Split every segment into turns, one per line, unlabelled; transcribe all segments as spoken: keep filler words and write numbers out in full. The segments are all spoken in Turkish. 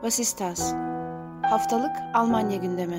Vasistas Haftalık Almanya Gündemi.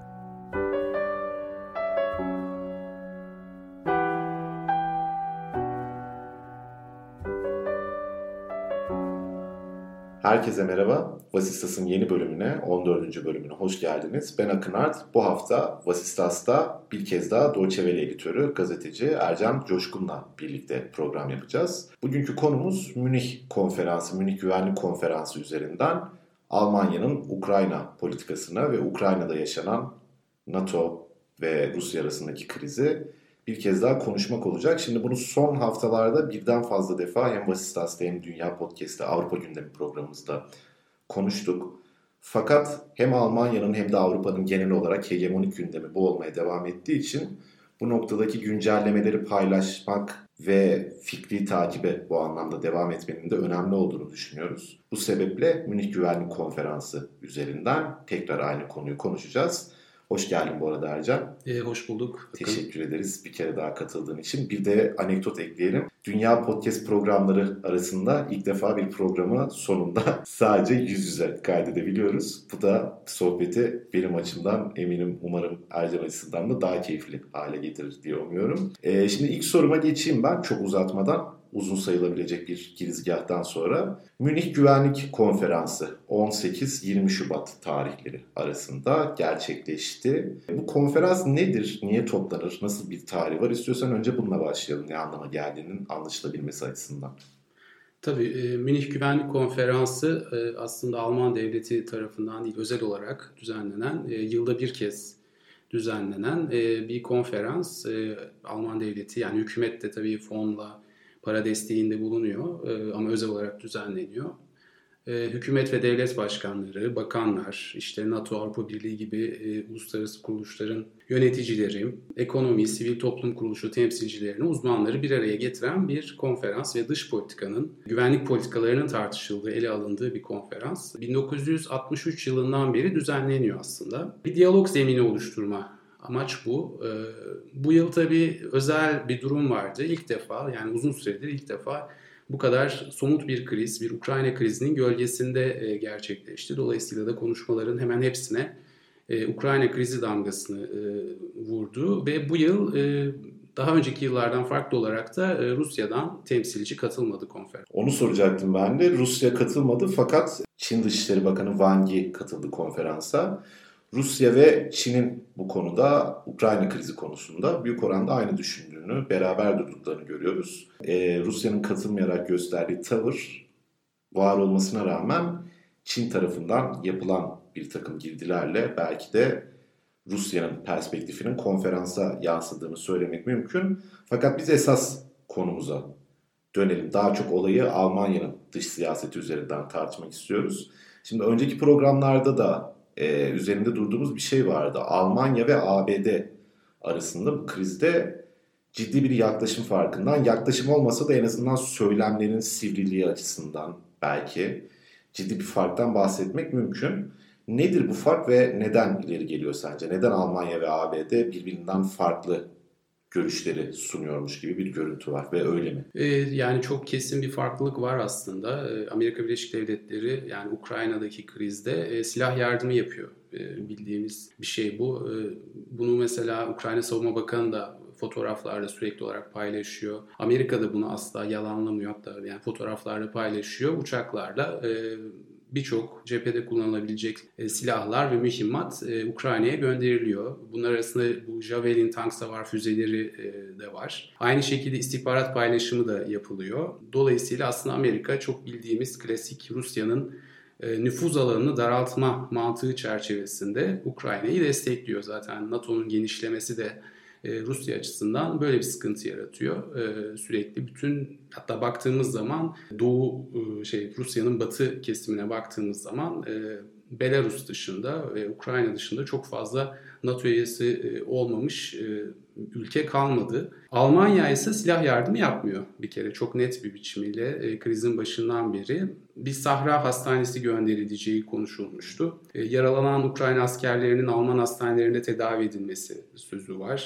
Herkese merhaba. Vasistas'ın yeni bölümüne, on dördüncü bölümüne hoş geldiniz. Ben Akın Art. Bu hafta Vasistas'ta bir kez daha Deutsche Welle editörü, gazeteci Ercan Coşkun'la birlikte program yapacağız. Bugünkü konumuz Münih Konferansı, Münih Güvenlik Konferansı üzerinden Almanya'nın Ukrayna politikasına ve Ukrayna'da yaşanan NATO ve Rusya arasındaki krizi bir kez daha konuşmak olacak. Şimdi bunu son haftalarda birden fazla defa hem Vasistas'ta hem Dünya Podcast'te Avrupa Gündemi programımızda konuştuk. Fakat hem Almanya'nın hem de Avrupa'nın genel olarak hegemonik gündemi bu olmaya devam ettiği için bu noktadaki güncellemeleri paylaşmak ve fikri takibe bu anlamda devam etmenin de önemli olduğunu düşünüyoruz. Bu sebeple Münih Güvenlik Konferansı üzerinden tekrar aynı konuyu konuşacağız. Hoş geldin bu arada Ercan.
E, hoş bulduk.
Teşekkür ederiz bir kere daha katıldığın için. Bir de anekdot ekleyelim. Dünya Podcast programları arasında ilk defa bir programı sonunda sadece yüz yüze kaydedebiliyoruz. Bu da sohbeti benim açımdan eminim umarım Ercan açısından da daha keyifli hale getirir diye umuyorum. E, şimdi ilk soruma geçeyim ben çok uzatmadan. Uzun sayılabilecek bir girizgahtan sonra Münih Güvenlik Konferansı on sekiz yirmi Şubat tarihleri arasında gerçekleşti. Bu konferans nedir? Niye toplanır? Nasıl bir tarihi var? İstiyorsan önce bununla başlayalım. Ne anlama geldiğinin anlaşılabilmesi açısından.
Tabii e, Münih Güvenlik Konferansı e, aslında Alman devleti tarafından değil özel olarak düzenlenen e, yılda bir kez düzenlenen e, bir konferans. E, Alman devleti yani hükümet de tabii fonla para desteğinde bulunuyor e, ama özel olarak düzenleniyor. E, hükümet ve devlet başkanları, bakanlar, işte NATO, Avrupa Birliği gibi e, uluslararası kuruluşların yöneticileri, ekonomi, sivil toplum kuruluşu temsilcilerini, uzmanları bir araya getiren bir konferans ve dış politikanın, güvenlik politikalarının tartışıldığı, ele alındığı bir konferans. bin dokuz yüz altmış üç yılından beri düzenleniyor aslında. Bir diyalog zemini oluşturma. Amaç bu. Ee, bu yıl tabii özel bir durum vardı. İlk defa yani uzun süredir ilk defa bu kadar somut bir kriz, bir Ukrayna krizinin gölgesinde e, gerçekleşti. Dolayısıyla da konuşmaların hemen hepsine e, Ukrayna krizi damgasını e, vurdu. Ve bu yıl e, daha önceki yıllardan farklı olarak da e, Rusya'dan temsilci katılmadı konferans.
Onu soracaktım ben de. Rusya katılmadı fakat Çin Dışişleri Bakanı Wang Yi katıldı konferansa. Rusya ve Çin'in bu konuda Ukrayna krizi konusunda büyük oranda aynı düşündüğünü, beraber durduklarını görüyoruz. Ee, Rusya'nın katılmayarak gösterdiği tavır var olmasına rağmen Çin tarafından yapılan bir takım girdilerle belki de Rusya'nın perspektifinin konferansa yansıdığını söylemek mümkün. Fakat biz esas konumuza dönelim. Daha çok olayı Almanya'nın dış siyaseti üzerinden tartışmak istiyoruz. Şimdi önceki programlarda da Ee, üzerinde durduğumuz bir şey vardı. Almanya ve A B D arasında bu krizde ciddi bir yaklaşım farkından, yaklaşım olmasa da en azından söylemlerin sivriliği açısından belki ciddi bir farktan bahsetmek mümkün. Nedir bu fark ve neden ileri geliyor sence? Neden Almanya ve A B D birbirinden farklı görüşleri sunuyormuş gibi bir görüntü var ve öyle mi?
Ee, yani çok kesin bir farklılık var aslında. Ee, Amerika Birleşik Devletleri yani Ukrayna'daki krizde e, silah yardımı yapıyor. E, bildiğimiz bir şey bu. E, bunu mesela Ukrayna Savunma Bakanı da fotoğraflarda sürekli olarak paylaşıyor. Amerika da bunu asla yalanlamıyor. Hatta yani fotoğraflarda paylaşıyor. Uçaklarla e, birçok cephede kullanılabilecek e, silahlar ve mühimmat e, Ukrayna'ya gönderiliyor. Bunlar arasında bu Javelin tank savar füzeleri e, de var. Aynı şekilde istihbarat paylaşımı da yapılıyor. Dolayısıyla aslında Amerika çok bildiğimiz klasik Rusya'nın e, nüfuz alanını daraltma mantığı çerçevesinde Ukrayna'yı destekliyor. Zaten NATO'nun genişlemesi de e, Rusya açısından böyle bir sıkıntı yaratıyor. E, sürekli bütün hatta baktığımız zaman Doğu e, şey Rusya'nın batı kesimine baktığımız zaman e, Belarus dışında ve Ukrayna dışında çok fazla NATO üyesi e, olmamış e, ülke kalmadı. Almanya ise silah yardımı yapmıyor bir kere çok net bir biçimiyle e, krizin başından beri. Bir Sahra Hastanesi gönderileceği konuşulmuştu. E, yaralanan Ukrayna askerlerinin Alman hastanelerinde tedavi edilmesi sözü var.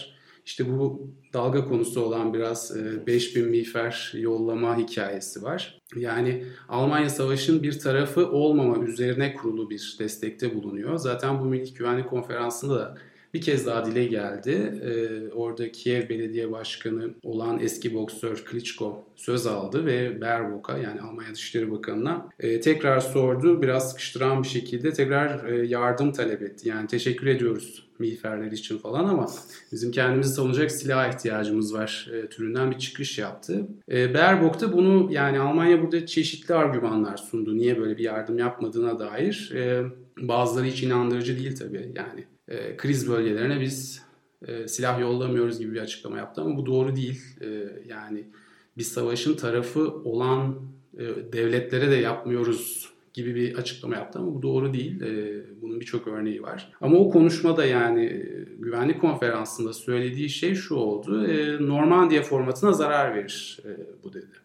İşte bu dalga konusu olan biraz beş bin miğfer yollama hikayesi var. Yani Almanya Savaş'ın bir tarafı olmama üzerine kurulu bir destekte bulunuyor. Zaten bu Münih Güvenlik Konferansı'nda da bir kez daha dile geldi. Ee, orada Kiev Belediye Başkanı olan eski boksör Klitschko söz aldı ve Baerbock'a, yani Almanya Dışişleri Bakanı'na e, tekrar sordu. Biraz sıkıştıran bir şekilde tekrar e, yardım talep etti. Yani teşekkür ediyoruz miğferler için falan ama bizim kendimizi savunacak silaha ihtiyacımız var e, türünden bir çıkış yaptı. E, Baerbock da bunu, yani Almanya burada çeşitli argümanlar sundu. Niye böyle bir yardım yapmadığına dair. E, bazıları hiç inandırıcı değil tabii. Yani e, kriz bölgelerine biz e, silah yollamıyoruz gibi bir açıklama yaptı ama bu doğru değil. E, yani biz savaşın tarafı olan e, devletlere de yapmıyoruz gibi bir açıklama yaptı ama bu doğru değil. E, bunun birçok örneği var. Ama o konuşmada, yani e, güvenlik konferansında söylediği şey şu oldu. E, Normandiya formatına zarar verir e, bu dedi.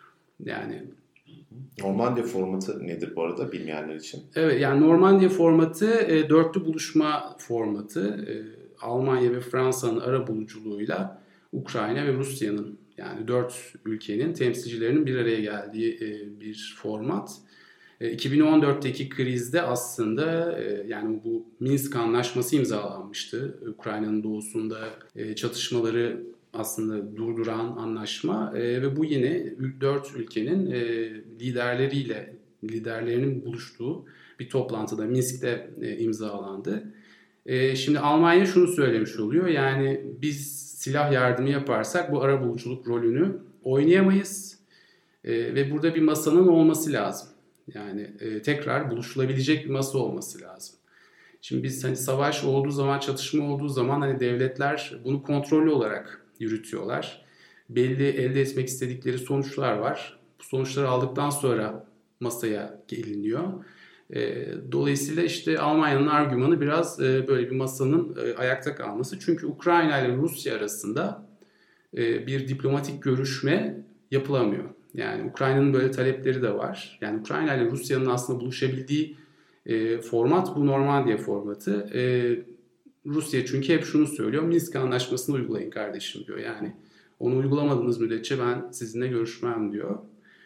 Yani
Normandiya formatı nedir bu arada bilmeyenler için?
Evet, yani Normandiya formatı e, dörtlü buluşma formatı. E, Almanya ve Fransa'nın arabuluculuğuyla Ukrayna ve Rusya'nın, yani dört ülkenin temsilcilerinin bir araya geldiği e, bir format. E, iki bin on dörtteki krizde aslında e, yani bu Minsk Anlaşması imzalanmıştı. Ukrayna'nın doğusunda e, çatışmaları aslında durduran anlaşma e, ve bu yine dört ülkenin e, liderleriyle liderlerinin buluştuğu bir toplantıda Minsk'te e, imzalandı. E, şimdi Almanya şunu söylemiş oluyor, yani biz silah yardımı yaparsak bu arabuluculuk rolünü oynayamayız e, ve burada bir masanın olması lazım. Yani e, tekrar buluşulabilecek bir masa olması lazım. Şimdi biz hani savaş olduğu zaman, çatışma olduğu zaman hani devletler bunu kontrollü olarak yürütüyorlar. Belli elde etmek istedikleri sonuçlar var. Bu sonuçları aldıktan sonra masaya geliniyor. E, dolayısıyla işte Almanya'nın argümanı biraz e, böyle bir masanın e, ayakta kalması. Çünkü Ukrayna ile Rusya arasında e, bir diplomatik görüşme yapılamıyor. Yani Ukrayna'nın böyle talepleri de var. Yani Ukrayna ile Rusya'nın aslında buluşabildiği e, format bu Normandiya formatı. E, Rusya çünkü hep şunu söylüyor. Minsk Anlaşması'nı uygulayın kardeşim diyor. Yani onu uygulamadığınız müddetçe ben sizinle görüşmem diyor.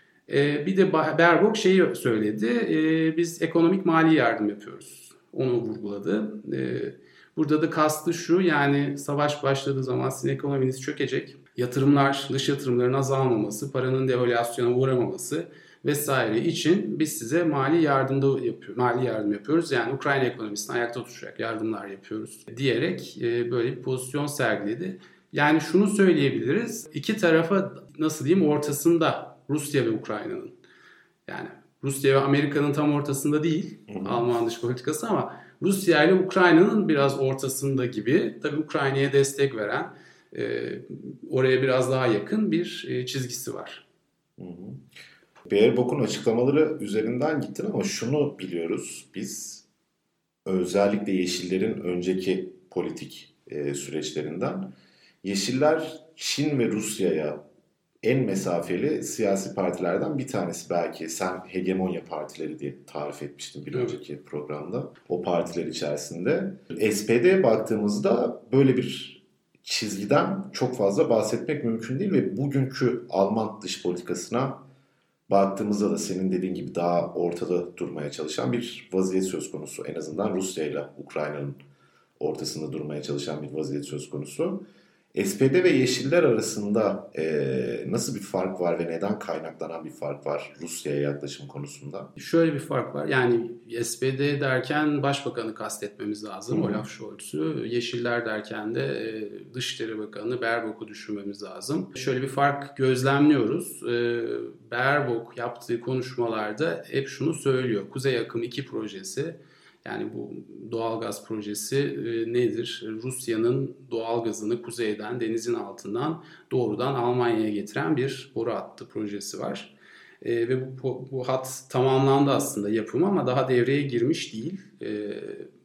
E, bir de Baerbock şeyi söyledi. E, biz ekonomik mali yardım yapıyoruz. Onu vurguladı. E, burada da kastı şu, yani savaş başladığı zaman sizin ekonominiz çökecek. Yatırımlar, dış yatırımların azalmaması, paranın devalüasyona uğramaması vesaire için biz size mali yardımda yapıyor, mali yardım yapıyoruz. Yani Ukrayna ekonomisini ayakta tutacak yardımlar yapıyoruz diyerek e, böyle bir pozisyon sergiledi. Yani şunu söyleyebiliriz. İki tarafa, nasıl diyeyim, ortasında Rusya ve Ukrayna'nın. Yani Rusya ve Amerika'nın tam ortasında değil, hı hı. Alman dış politikası, ama Rusya ile Ukrayna'nın biraz ortasında gibi. Tabii Ukrayna'ya destek veren, e, oraya biraz daha yakın bir e, çizgisi var.
Hı hı. Baerbock'un açıklamaları üzerinden gittin ama şunu biliyoruz biz, özellikle Yeşillerin önceki politik e, süreçlerinden, Yeşiller Çin ve Rusya'ya en mesafeli siyasi partilerden bir tanesi. Belki sen hegemonya partileri diye tarif etmiştin bir önceki evet. programda. O partiler içerisinde. S P D'ye baktığımızda böyle bir çizgiden çok fazla bahsetmek mümkün değil ve bugünkü Alman dış politikasına baktığımızda da senin dediğin gibi daha ortada durmaya çalışan bir vaziyet söz konusu. En azından Rusya ile Ukrayna'nın ortasında durmaya çalışan bir vaziyet söz konusu. S P D ve Yeşiller arasında e, nasıl bir fark var ve neden kaynaklanan bir fark var Rusya'ya yaklaşım konusunda?
Şöyle bir fark var. Yani S P D derken Başbakanı kastetmemiz lazım, Hı-hı. Olaf Scholz'u. Yeşiller derken de e, Dışişleri Bakanı Baerbock'u düşünmemiz lazım. Şöyle bir fark gözlemliyoruz. E, Baerbock yaptığı konuşmalarda hep şunu söylüyor. Kuzey Akım iki projesi, yani bu doğalgaz projesi e, nedir? Rusya'nın doğalgazını kuzeyden, denizin altından doğrudan Almanya'ya getiren bir boru hattı projesi var. E, ve bu, bu hat tamamlandı aslında yapımı ama daha devreye girmiş değil. E,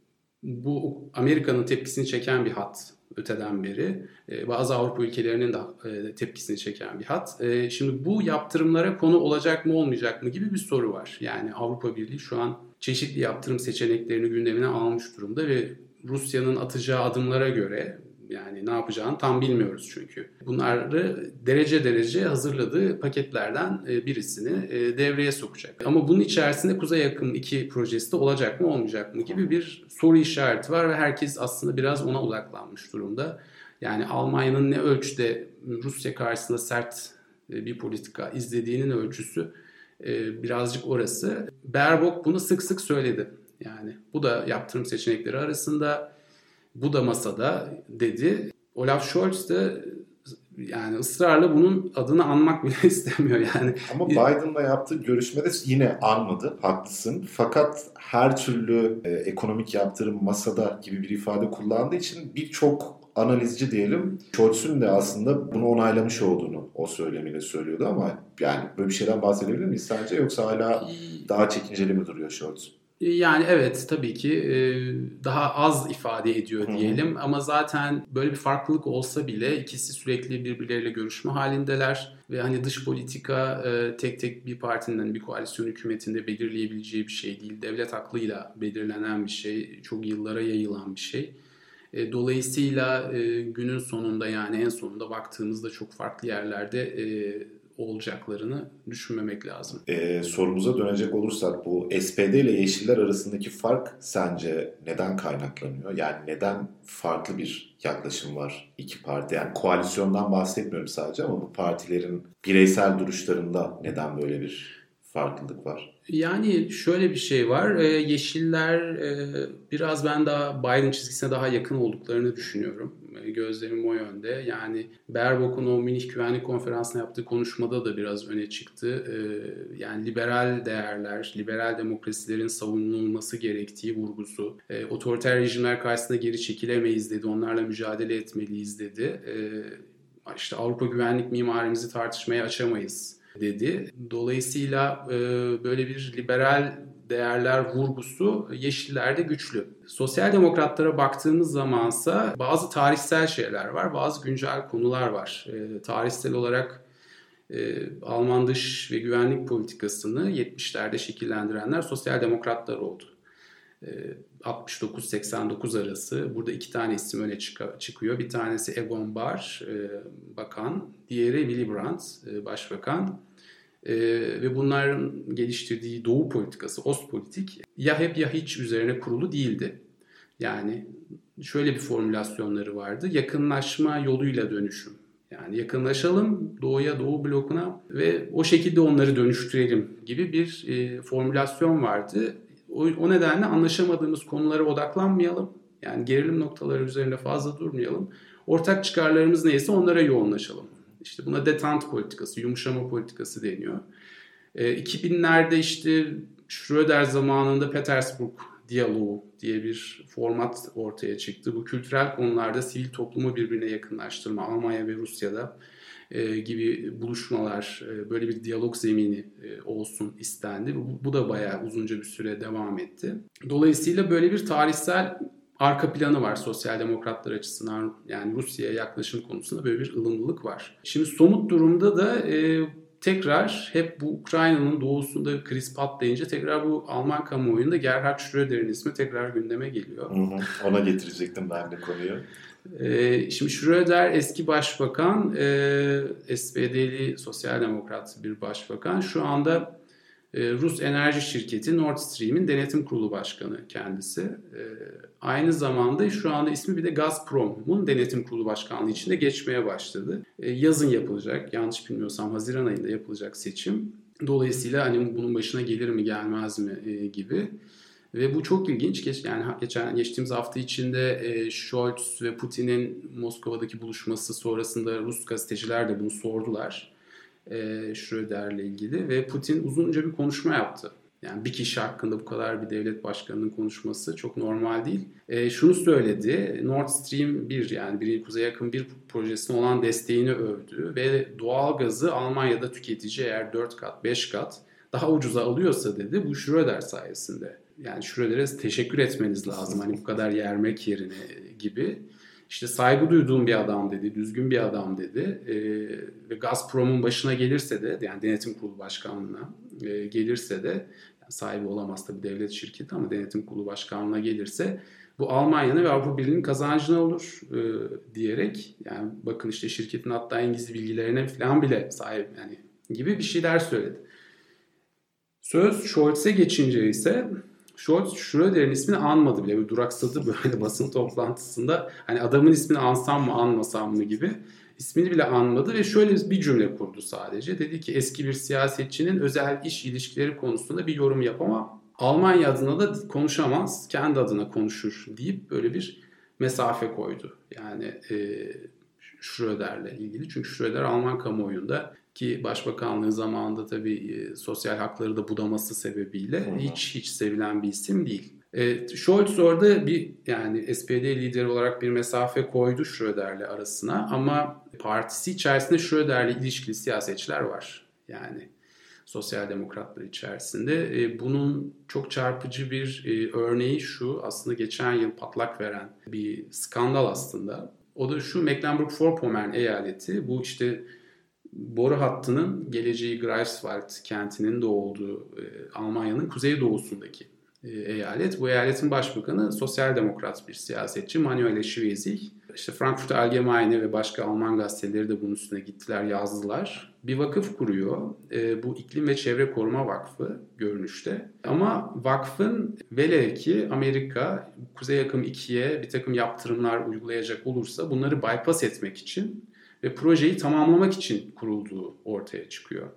bu Amerika'nın tepkisini çeken bir hat öteden beri. E, bazı Avrupa ülkelerinin de e, tepkisini çeken bir hat. E, şimdi bu yaptırımlara konu olacak mı olmayacak mı gibi bir soru var. Yani Avrupa Birliği şu an çeşitli yaptırım seçeneklerini gündemine almış durumda ve Rusya'nın atacağı adımlara göre Yani ne yapacağını tam bilmiyoruz çünkü. Bunları derece derece hazırladığı paketlerden birisini devreye sokacak. Ama bunun içerisinde Kuzey Akım iki projesi de olacak mı olmayacak mı gibi bir soru işareti var ve herkes aslında biraz ona odaklanmış durumda. Yani Almanya'nın ne ölçüde Rusya karşısında sert bir politika izlediğinin ölçüsü birazcık orası. Baerbock bunu sık sık söyledi. Yani bu da yaptırım seçenekleri arasında, bu da masada dedi. Olaf Scholz de yani ısrarla bunun adını anmak bile istemiyor yani.
Ama Biden'la yaptığı görüşmede yine anmadı, haklısın. Fakat her türlü e, ekonomik yaptırım masada gibi bir ifade kullandığı için birçok analizci diyelim, Scholz'un de aslında bunu onaylamış olduğunu o söylemiyle söylüyordu ama yani böyle bir şeyden bahsedebilir miyiz sence, yoksa hala daha çekinceli mi duruyor Scholz?
Yani evet, tabii ki daha az ifade ediyor diyelim. Hı-hı. Ama zaten böyle bir farklılık olsa bile ikisi sürekli birbirleriyle görüşme halindeler. Ve hani dış politika tek tek bir partinin, bir koalisyon hükümetinde belirleyebileceği bir şey değil. Devlet aklıyla belirlenen bir şey, çok yıllara yayılan bir şey. Dolayısıyla günün sonunda, yani en sonunda baktığımızda çok farklı yerlerde olacaklarını düşünmemek lazım.
Ee, sorumuza dönecek olursak, bu S P D ile Yeşiller arasındaki fark sence neden kaynaklanıyor? Yani neden farklı bir yaklaşım var iki parti? Yani koalisyondan bahsetmiyorum sadece ama bu partilerin bireysel duruşlarında neden böyle bir farklılık var?
Yani şöyle bir şey var. Ee, Yeşiller e, biraz ben daha Biden çizgisine daha yakın olduklarını düşünüyorum. E, gözlemim o yönde. Yani Baerbock'un o Münih Güvenlik Konferansı'na yaptığı konuşmada da biraz öne çıktı. E, yani liberal değerler, liberal demokrasilerin savunulması gerektiği vurgusu. E, otoriter rejimler karşısında geri çekilemeyiz dedi. Onlarla mücadele etmeliyiz dedi. E, işte Avrupa güvenlik mimarimizi tartışmaya açamayız dedi. Dolayısıyla e, böyle bir liberal değerler vurgusu Yeşillerde güçlü. Sosyal demokratlara baktığımız zamansa bazı tarihsel şeyler var, bazı güncel konular var. E, tarihsel olarak e, Alman dış ve güvenlik politikasını yetmişlerde şekillendirenler sosyal demokratlar oldu. altmış dokuz seksen dokuz arası. Burada iki tane isim öne çıkıyor. Bir tanesi Egon Bahr, bakan. Diğeri Willy Brandt, başbakan. Ve bunların geliştirdiği Doğu politikası, Ostpolitik ya hep ya hiç üzerine kurulu değildi. Yani şöyle bir formülasyonları vardı. Yakınlaşma yoluyla dönüşüm. Yani yakınlaşalım Doğu'ya, Doğu blokuna ve o şekilde onları dönüştürelim gibi bir formülasyon vardı. O, o nedenle anlaşamadığımız konulara odaklanmayalım. Yani gerilim noktaları üzerinde fazla durmayalım. Ortak çıkarlarımız neyse onlara yoğunlaşalım. İşte buna detente politikası, yumuşama politikası deniyor. E, iki binlerde işte Schröder zamanında Petersburg diyaloğu diye bir format ortaya çıktı. Bu kültürel konularda sivil toplumu birbirine yakınlaştırma, Almanya ve Rusya'da e, gibi buluşmalar, e, böyle bir diyalog zemini e, olsun istendi. Bu, bu da bayağı uzunca bir süre devam etti. Dolayısıyla böyle bir tarihsel arka planı var sosyal demokratlar açısından, yani Rusya'ya yaklaşım konusunda böyle bir ılımlılık var. Şimdi somut durumda da e, tekrar hep bu Ukrayna'nın doğusunda kriz patlayınca tekrar bu Alman kamuoyunda Gerhard Schröder'in ismi tekrar gündeme geliyor.
Hı hı, ona getirecektim ben de konuyu.
Ee, şimdi Schröder eski başbakan, e, S P D'li sosyal demokrat bir başbakan. Şu anda e, Rus enerji şirketi Nord Stream'in denetim kurulu başkanı kendisi. E, aynı zamanda şu anda ismi bir de Gazprom'un denetim kurulu başkanlığı içinde geçmeye başladı. E, yazın yapılacak, yanlış bilmiyorsam Haziran ayında yapılacak seçim. Dolayısıyla hani bunun başına gelir mi gelmez mi e, gibi. Ve bu çok ilginç. Geç, yani geçen geçtiğimiz hafta içinde e, Scholz ve Putin'in Moskova'daki buluşması sonrasında Rus gazeteciler de bunu sordular. E, Schröder'le ilgili ve Putin uzunca bir konuşma yaptı. Yani bir kişi hakkında bu kadar bir devlet başkanının konuşması çok normal değil. E, şunu söyledi. Nord Stream bir, yani bir kuzeye yakın bir projesine olan desteğini övdü ve doğalgazı Almanya'da tüketici eğer dört kat beş kat daha ucuza alıyorsa dedi, bu Schröder sayesinde. Yani Schröder'e teşekkür etmeniz lazım hani bu kadar yermek yerine gibi. İşte saygı duyduğum bir adam dedi, düzgün bir adam dedi. Ee, ve Gazprom'un başına gelirse de, yani denetim kurulu başkanlığına e, gelirse de, yani sahibi olamaz tabii devlet şirketi ama denetim kurulu başkanlığına gelirse bu Almanya'nın ve Avrupa Birliği'nin kazancına olur e, diyerek, yani bakın işte şirketin hatta en gizli bilgilerine falan bile sahip yani gibi bir şeyler söyledi. Söz Scholz'e geçince ise Scholz Schröder'in ismini anmadı bile. Böyle duraksadı böyle basın toplantısında. Hani adamın ismini ansam mı anmasam mı gibi. İsmini bile anmadı ve şöyle bir cümle kurdu sadece. Dedi ki eski bir siyasetçinin özel iş ilişkileri konusunda bir yorum yapamam. Almanya adına da konuşamaz, kendi adına konuşur deyip böyle bir mesafe koydu. Yani e, Schröder'le ilgili. Çünkü Schröder Alman kamuoyunda ki başbakanlığı zamanında tabii e, sosyal hakları da budaması sebebiyle Hı-hı. hiç hiç sevilen bir isim değil. E, Scholz orada bir yani S P D lideri olarak bir mesafe koydu Schröder'le arasına ama partisi içerisinde Schröder'le ilişkili siyasetçiler var. Yani sosyal demokratlar içerisinde. E, bunun çok çarpıcı bir e, örneği şu, aslında geçen yıl patlak veren bir skandal aslında. O da şu, Mecklenburg-Vorpommern eyaleti, bu işte boru hattının geleceği Greifswald kentinin de olduğu e, Almanya'nın kuzeydoğusundaki e, eyalet. Bu eyaletin başbakanı sosyal demokrat bir siyasetçi Manuel Schwesig. İşte Frankfurter Allgemeine ve başka Alman gazeteleri de bunun üstüne gittiler, yazdılar. Bir vakıf kuruyor. E, bu İklim ve Çevre Koruma Vakfı görünüşte. Ama vakfın velev ki Amerika Kuzey Akım ikiye bir takım yaptırımlar uygulayacak olursa bunları bypass etmek için ve projeyi tamamlamak için kurulduğu ortaya çıkıyor.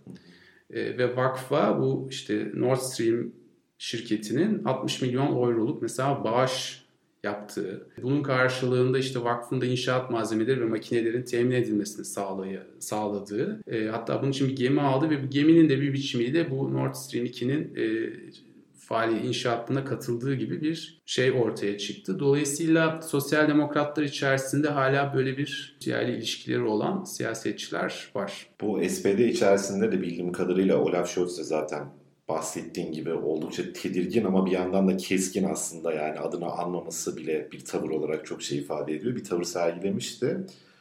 E, ve vakfa bu işte Nord Stream şirketinin altmış milyon euroluk mesela bağış yaptığı, bunun karşılığında işte vakfın da inşaat malzemeleri ve makinelerin temin edilmesini sağlay- sağladığı, e, hatta bunun için bir gemi aldı ve bu geminin de bir biçimiyle bu Nord Stream ikinin e, faaliyet inşaatına katıldığı gibi bir şey ortaya çıktı. Dolayısıyla sosyal demokratlar içerisinde hala böyle bir siyasi ilişkileri olan siyasetçiler var.
Bu S P D içerisinde de bildiğim kadarıyla Olaf Scholz de zaten bahsettiğin gibi oldukça tedirgin ama bir yandan da keskin aslında, yani adını anmaması bile bir tavır olarak çok şey ifade ediyor. Bir tavır sergilemişti.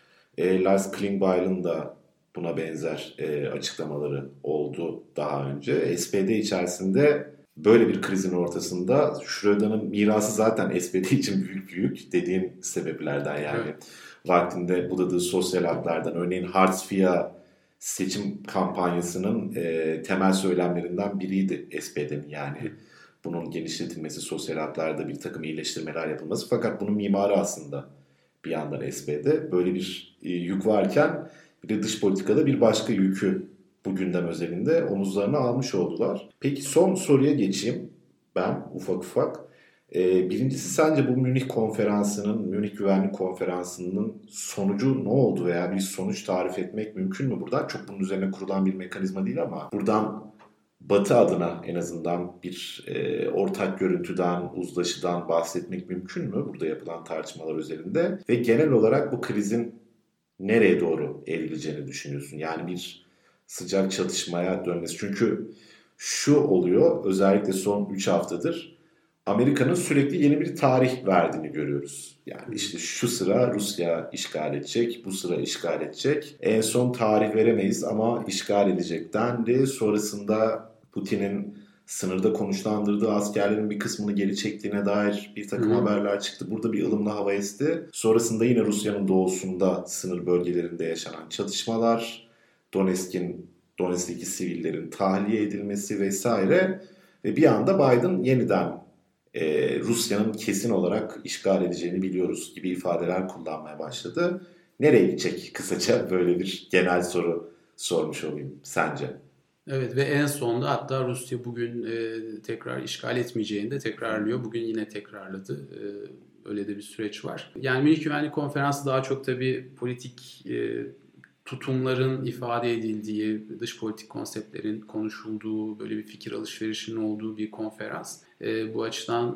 E, Lars Klingbeil'in da buna benzer e, açıklamaları oldu daha önce. S P D içerisinde böyle bir krizin ortasında Schröder'in mirası zaten S P D için büyük büyük dediğin sebeplerden, yani evet. Vaktinde budadığı sosyal haklardan, örneğin Hartz IV'a seçim kampanyasının e, temel söylemlerinden biriydi S P D'nin, yani bunun genişletilmesi, sosyal haklarda bir takım iyileştirmeler yapılması. Fakat bunun mimarı aslında bir yandan S P D. Böyle bir e, yük varken bir de dış politikada bir başka yükü bu gündem özelinde omuzlarına almış oldular. Peki son soruya geçeyim ben ufak ufak. Ee, birincisi, sence bu Münih konferansının, Münih Güvenlik Konferansı'nın sonucu ne oldu veya bir sonuç tarif etmek mümkün mü buradan? Çok bunun üzerine kurulan bir mekanizma değil ama buradan Batı adına en azından bir e, ortak görüntüden, uzlaşıdan bahsetmek mümkün mü burada yapılan tartışmalar üzerinde? Ve genel olarak bu krizin nereye doğru evrileceğini düşünüyorsun? Yani bir sıcak çatışmaya dönmesi. Çünkü şu oluyor, özellikle son üç haftadır Amerika'nın sürekli yeni bir tarih verdiğini görüyoruz. Yani işte şu sıra Rusya işgal edecek, bu sıra işgal edecek. En son tarih veremeyiz ama işgal edecek dendi. Sonrasında Putin'in sınırda konuşlandırdığı askerlerin bir kısmını geri çektiğine dair bir takım Hı. haberler çıktı. Burada bir ılımlı hava esti. Sonrasında yine Rusya'nın doğusunda, sınır bölgelerinde yaşanan çatışmalar, Donetsk'in, Donetsk'teki sivillerin tahliye edilmesi vesaire. Ve bir anda Biden yeniden Ee, Rusya'nın kesin olarak işgal edeceğini biliyoruz gibi ifadeler kullanmaya başladı. Nereye gidecek? Kısaca böyle bir genel soru sormuş olayım sence.
Evet ve en sonunda hatta Rusya bugün e, tekrar işgal etmeyeceğini de tekrarlıyor. Bugün yine tekrarladı. E, öyle de bir süreç var. Yani Münih Güvenlik Konferansı daha çok tabii politik e, tutumların ifade edildiği, dış politik konseptlerin konuşulduğu, böyle bir fikir alışverişinin olduğu bir konferans. E, bu açıdan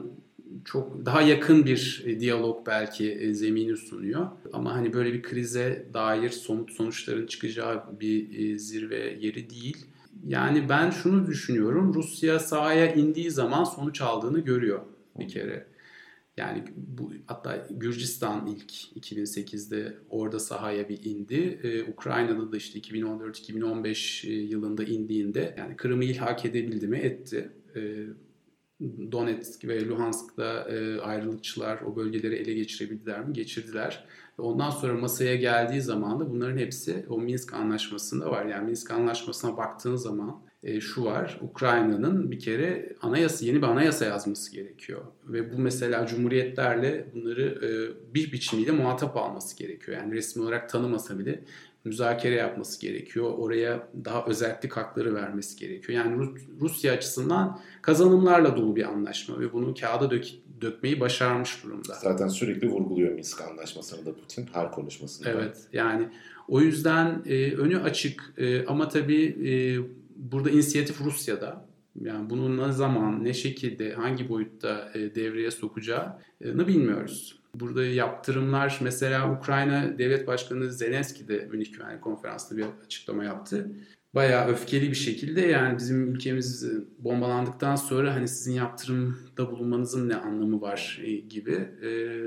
çok daha yakın bir e, diyalog belki e, zemini sunuyor. Ama hani böyle bir krize dair somut sonuçların çıkacağı bir e, zirve yeri değil. Yani ben şunu düşünüyorum, Rusya sahaya indiği zaman sonuç aldığını görüyor bir kere. Yani bu hatta Gürcistan ilk iki bin sekizde orada sahaya bir indi. Ee, Ukrayna'da da işte iki bin on dört iki bin on beş yılında indiğinde yani Kırım'ı ilhak edebildi mi? Etti. Ee, Donetsk ve Luhansk'ta e, ayrılıkçılar o bölgeleri ele geçirebildiler mi? Geçirdiler. Ondan sonra masaya geldiği zaman da bunların hepsi o Minsk Anlaşması'nda var. Yani Minsk Anlaşması'na baktığın zaman e, şu var. Ukrayna'nın bir kere anayasa, yeni bir anayasa yazması gerekiyor. Ve bu mesela cumhuriyetlerle bunları e, bir biçimiyle muhatap alması gerekiyor. Yani resmi olarak tanımasa bile müzakere yapması gerekiyor. Oraya daha özellik hakları vermesi gerekiyor. Yani Rusya açısından kazanımlarla dolu bir anlaşma ve bunu kağıda dök dökmeyi başarmış durumda.
Zaten sürekli vurguluyor Minsk Anlaşması'nı da Putin her konuşmasında.
Evet, yani o yüzden e, önü açık e, ama tabii e, burada inisiyatif Rusya'da. Yani bunu ne zaman, ne şekilde, hangi boyutta e, devreye sokacağını bilmiyoruz. Burada yaptırımlar, mesela Ukrayna Devlet Başkanı Zelenski de Münih Güvenlik Konferansı'nda bir açıklama yaptı. Bayağı öfkeli bir şekilde, yani bizim ülkemiz bombalandıktan sonra hani sizin yaptırımda bulunmanızın ne anlamı var gibi. Ee,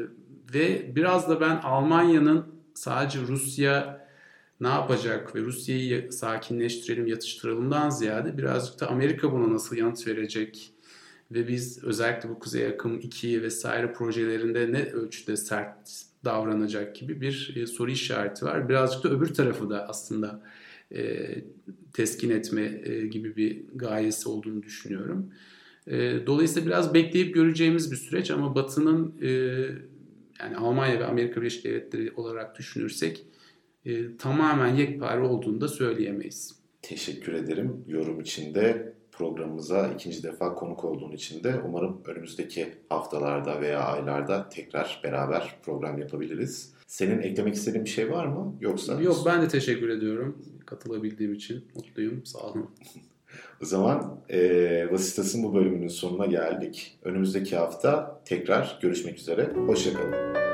ve biraz da ben Almanya'nın sadece Rusya ne yapacak ve Rusya'yı sakinleştirelim, yatıştıralımdan ziyade birazcık da Amerika buna nasıl yanıt verecek ve biz özellikle bu Kuzey Akım iki vesaire projelerinde ne ölçüde sert davranacak gibi bir e, soru işareti var. Birazcık da öbür tarafı da aslında e, teskin etme e, gibi bir gayesi olduğunu düşünüyorum. E, dolayısıyla biraz bekleyip göreceğimiz bir süreç ama Batı'nın e, yani Almanya ve Amerika Birleşik Devletleri olarak düşünürsek e, tamamen yekpare olduğunu da söyleyemeyiz.
Teşekkür ederim yorum için de, programımıza ikinci defa konuk olduğun için de. Umarım önümüzdeki haftalarda veya aylarda tekrar beraber program yapabiliriz. Senin eklemek istediğin bir şey var mı? Yoksa?
Yok, ben de teşekkür ediyorum. Katılabildiğim için mutluyum. Sağ olun.
O zaman e, Vasitas'ın bu bölümünün sonuna geldik. Önümüzdeki hafta tekrar görüşmek üzere. Hoşça kalın.